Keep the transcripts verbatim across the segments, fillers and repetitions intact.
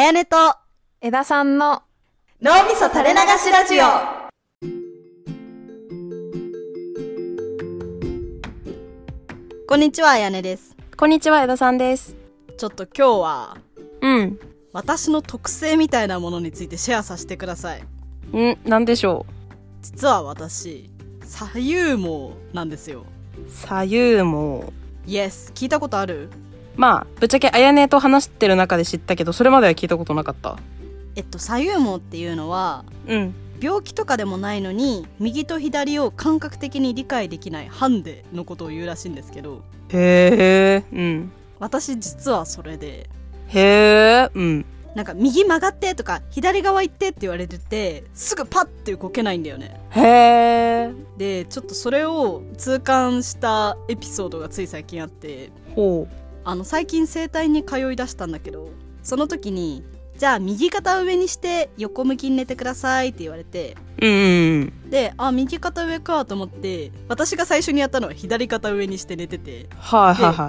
やねと枝さんの脳みそ垂れ流しラジオ。こんにちは、あやねです。 こんにちは、枝さんです。 ちょっと今日はうん私の特性みたいなものについてシェアさせてください。 ん、なんでしょ実は私左右盲なんですよ。 う。左右盲。 イエス、聞いたことある？ まあぶっちゃけあやねと話してる中で知ったけど、それまでは聞いたことなかった。 えっと左右盲っていうのはうん病気とかでもないのに右と左を感覚的に理解できないハンデのことを言うらしいんですけど、 へえ。うん私実はそれで、 へえ。うんなんか右曲がってとか左側行ってって言われててすぐパッて動けないんだよね。 へえ。 でちょっとそれを痛感したエピソードがつい最近あって、 ほあの最近整体に通い出したんだけど、その時にじゃあ右肩上にして横向きに寝てくださいって言われて、 う。うんうんで、あ、右肩上かと思って、私が最初にやったのは左肩上にして寝てて、 はいはいはい。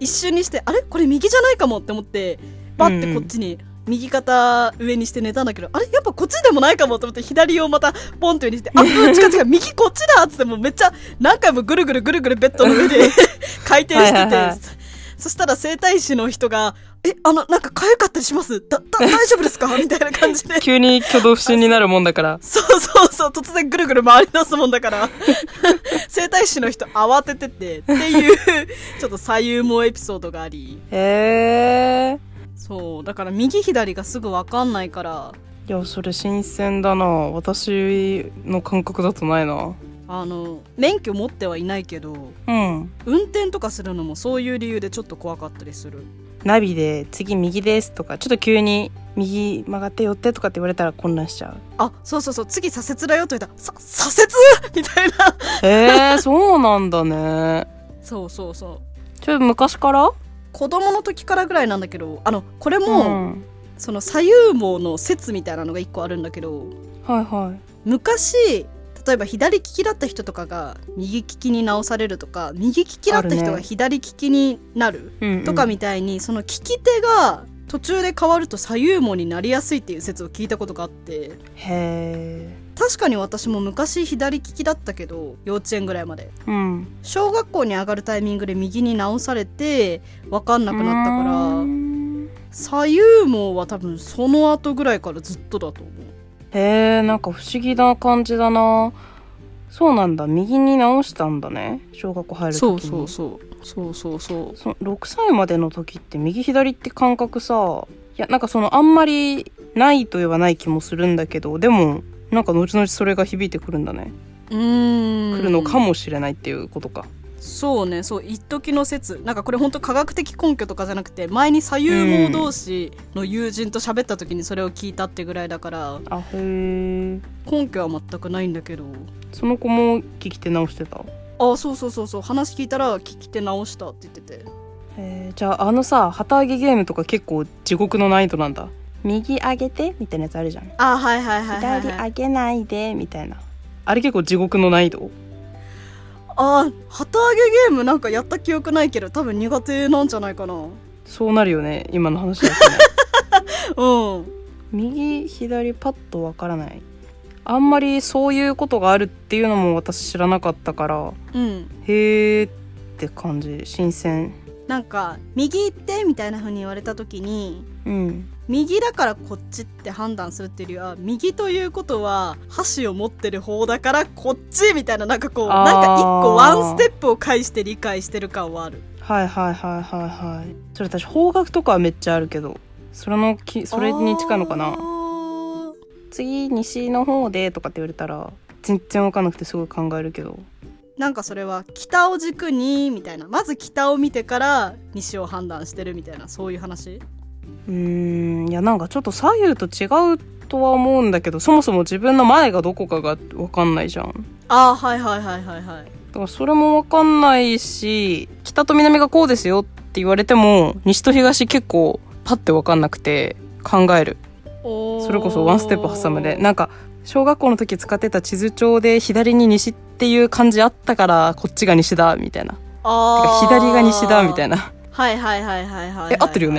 一瞬にしてあれこれ右じゃないかもって思ってバッてこっちに右肩上にして寝たんだけど、あれやっぱこっちでもないかもと思って左をまたポンって上にして、あ、うん、違う違う右こっちだっつってもうめっちゃ何回もぐるぐるぐるぐるベッドの上で回転してて、はいはいはい、そしたら整体師の人がえ、あのなんか痒かったりしますだ、だ、大丈夫ですかみたいな感じで急に挙動不審になるもんだからそうそうそう、突然ぐるぐる回り出すもんだから整体師の人慌てててっていうちょっと左右盲エピソードがあり、 へえ。 そうだから右左がすぐ分かんないから。 いやそれ新鮮だな。私の感覚だとないな。 あの免許持ってはいないけど、 うん、 運転とかするのもそういう理由でちょっと怖かったりする。 ナビで次右ですとかちょっと急に右曲がって寄ってとかって言われたら混乱しちゃう。 あ、そうそうそう、次左折だよと言ったらさ左折みたいなへえそうなんだね。 そうそうそう、 ちょっと昔から子供の時からぐらいなんだけど、あのこれも、うん、その左右盲の説みたいなのが一個あるんだけど、 はいはい、 昔例えば左利きだった人とかが右利きに直されるとか、右利きだった人が左利きになるとかみたいに、ね、その利き手が途中で変わると左右盲になりやすいっていう説を聞いたことがあって、 へー、 確かに私も昔左利きだったけど幼稚園ぐらいまで、 うん、 小学校に上がるタイミングで右に直されて分かんなくなったから、左右盲は多分その後ぐらいからずっとだと思う。 へー、なんか不思議な感じだな。そうなんだ、右に直したんだね、小学校入る時に。 そうそうそうそうそうそう、 ろくさいまでの時って右左って感覚さ、いやなんかそのあんまりないと言えばない気もするんだけど、でもなんか後々それが響いてくるんだね。 うーん、 来るのかもしれないっていうことか。 そうね、そう一時の説、なんかこれ本当科学的根拠とかじゃなくて、前に左右盲同士の友人と喋った時にそれを聞いたってぐらいだから、 あ、へー、 根拠は全くないんだけど。 その子も聞き手直してた？ あ、そうそうそうそう、話聞いたら聞き手直したって言ってて。 へー、じゃああのさ旗揚げゲームとか結構地獄の難易度なんだ。右上げてみたいなやつあるじゃん。 あ、はいはいはいはい、はい、 左上げないでみたいな、あれ結構地獄の難易度。 あ、旗揚げゲームなんかやった記憶ないけど多分苦手なんじゃないかな。 そうなるよね今の話だとねうん、右左パッとわからない。あんまりそういうことがあるっていうのも私知らなかったから、 うん、 へーって感じ、新鮮。 なんか右行ってみたいな風に言われた時に、 うん、 右だからこっちって判断するっていうよりは、右ということは箸を持ってる方だからこっちみたいな、なんかこうなんか一個ワンステップを介して理解してる感はある。はいはいはいはいはい。それ私方角とかはめっちゃあるけど、それのきそれに近いのかな。次西の方でとかって言われたら全然分かんなくてすごい考えるけど、 なんかそれは北を軸にみたいな、まず北を見てから西を判断してるみたいな、そういう話。 うーん、いやなんかちょっと左右と違うとは思うんだけど、そもそも自分の前がどこかが分かんないじゃん。 あー、はいはいはいはいはい。だからそれも分かんないし、北と南がこうですよって言われても西と東結構パッて分かんなくて考える。それこそワンステップ挟むで、なんか小学校の時使ってた地図帳で左に西っていう漢字あったからこっちが西だみたいな、 あてか左が西だみたいな。 はいはいはいはいはい、はい、 え、合ってるよね。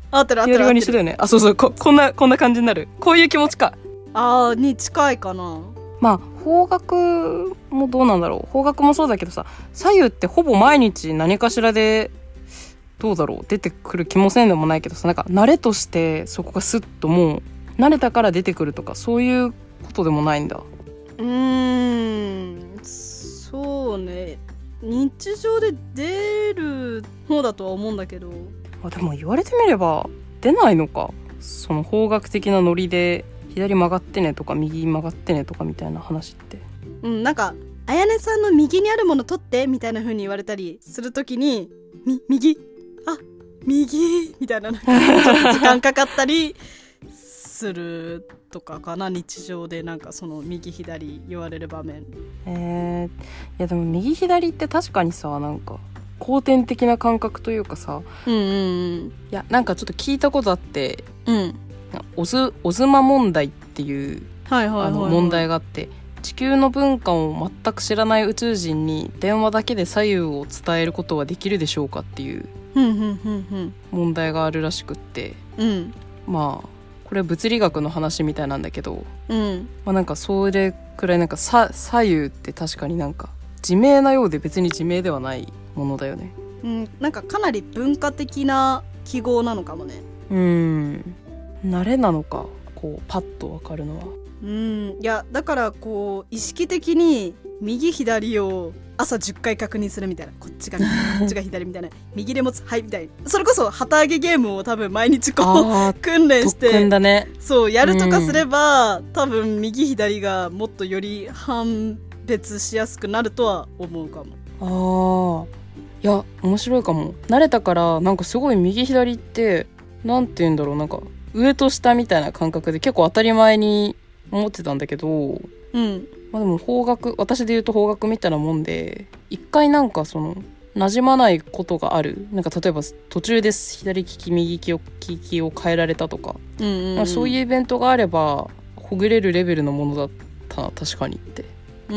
合ってる合ってる合ってる。 左側にしてだよね。あ、そうそう、こ、こんな、こんな感じになる。こういう気持ちか。 あーに近いかな。 まあ、方角もどうなんだろう。方角もそうだけどさ、左右ってほぼ毎日何かしらで、どうだろう、出てくる気もせんでもないけどさ、なんか慣れとしてそこがスッともう、慣れたから出てくるとか、そういうことでもないんだ。 うーん、そうね。日常で出る方だとは思うんだけど。 あ、でも言われてみれば、出ないのか。その方角的なノリで、左曲がってねとか右曲がってねとかみたいな話って。 うん、なんかあやねさんの右にあるもの取ってみたいな風に言われたりするときに、み右あ右みたいなちょっと時間かかったりするとかかな。日常でなんかその右左言われる場面。 えー、いやでも右左って確かにさ、なんか後天的な感覚というかさ、 うんうんうん、 いやなんかちょっと聞いたことあって、 うん、 オズオズマ問題っていう、 はいはいはいはい、 あの問題があって、地球の文化を全く知らない宇宙人に電話だけで左右を伝えることはできるでしょうかっていう問題があるらしくって、 うん、 まあこれは物理学の話みたいなんだけど、 うん、 まあ、なんかそれくらいなんかさ左右って確かになんか自明なようで別に自明ではないものだよね。 うん、なんかかなり文化的な記号なのかもね。 うーん、慣れなのか、こうパッとわかるのは。 うん、いやだからこう意識的に右左を朝じゅっかい確認するみたいな、こっちがこっちが左みたいな右で持つはいみたいな、それこそ旗揚げゲームを多分毎日こう訓練して特訓だね。 そうやるとかすれば、うん、多分右左がもっとより判別しやすくなるとは思うかも。 ああ、いや面白いかも。慣れたからなんかすごい右左ってなんて言うんだろう、なんか上と下みたいな感覚で結構当たり前に思ってたんだけど、 うん、 まあでも方角、私で言うと方角みたいなもんで、一回なんかその馴染まないことがある、なんか例えば途中で左利き右利きを利きを変えられたとか、うんうんうん、そういうイベントがあればほぐれるレベルのものだったな、確かにって。 うん、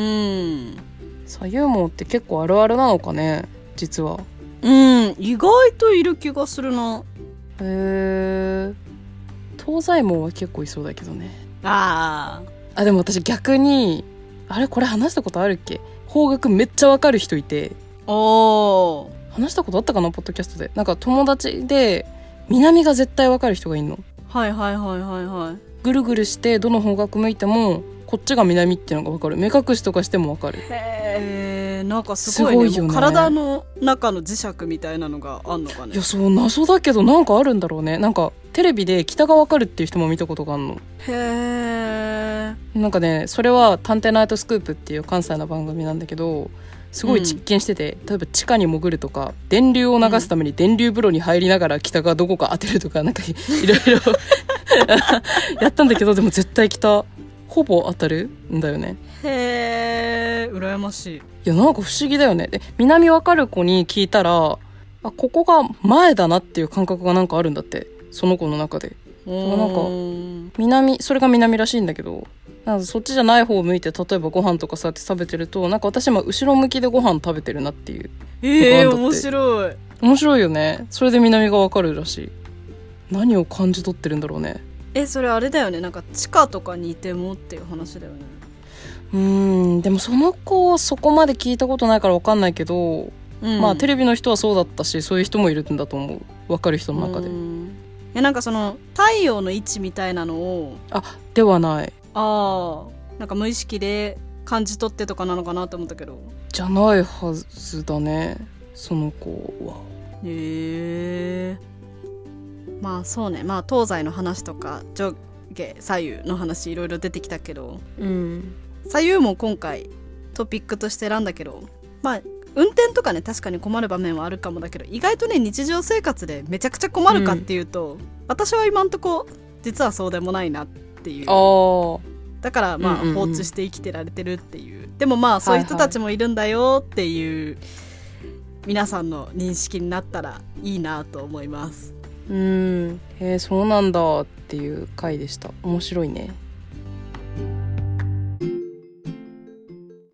左右網って結構あるあるなのかね、実は。 うん、意外といる気がするな。 へー、東西網は結構いそうだけどね。 あーあ、でも私逆にあれこれ話したことあるっけ、方角めっちゃわかる人いて。 おー、 話したことあったかな、ポッドキャストで。なんか友達で南が絶対わかる人がいるの。 はいはいはいはいはい。 ぐるぐるしてどの方角向いてもこっちが南っていうのがわかる。目隠しとかしてもわかる。 へー、なんかすごいね、 すごいよね。 体の中の磁石みたいなのがあんのかね。 いや、そう謎だけどなんかあるんだろうね。なんかテレビで北がわかるっていう人も見たことがあるの。 へー、 なんかね、それは探偵ナイトスクープっていう関西の番組なんだけど、すごい実験してて、うん、例えば地下に潜るとか電流を流すために電流風呂に入りながら北がどこか当てるとか、なんかいろいろやったんだけど、でも絶対北ほぼ当たるんだよね。 へー、羨ましい。 いや、なんか不思議だよね。で、南わかる子に聞いたら、あ、ここが前だなっていう感覚がなんかあるんだって、その子の中で。なんか南、それが南らしいんだけど、なんかそっちじゃない方を向いて、例えばご飯とかさって食べてると、なんか私今後ろ向きでご飯食べてるなっていう。 えー、面白い。 面白いよね。それで南がわかるらしい。何を感じ取ってるんだろうね。 え、それあれだよね、なんか地下とかにいてもっていう話だよね。 うーん、でもその子はそこまで聞いたことないから分かんないけど、うん、まあテレビの人はそうだったし、そういう人もいるんだと思う、分かる人の中で。うん、 いや、なんかその太陽の位置みたいなのを、 あ、ではない。 ああ、なんか無意識で感じ取ってとかなのかなと思ったけど。 じゃないはずだね、その子は。 へえ。まあそうね、まあ東西の話とか上下左右の話いろいろ出てきたけど、 うん、 左右も今回トピックとして選んだけど、まあ運転とかね、確かに困る場面はあるかもだけど、意外とね、日常生活でめちゃくちゃ困るかっていうと、うん、私は今んとこ実はそうでもないなっていう。 あ、 だからまあ放置して生きてられてるっていう、うんうんうん、でもまあそういう人たちもいるんだよっていう、はいはい、皆さんの認識になったらいいなと思います。 うん、へえ、そうなんだっていう回でした。面白いね。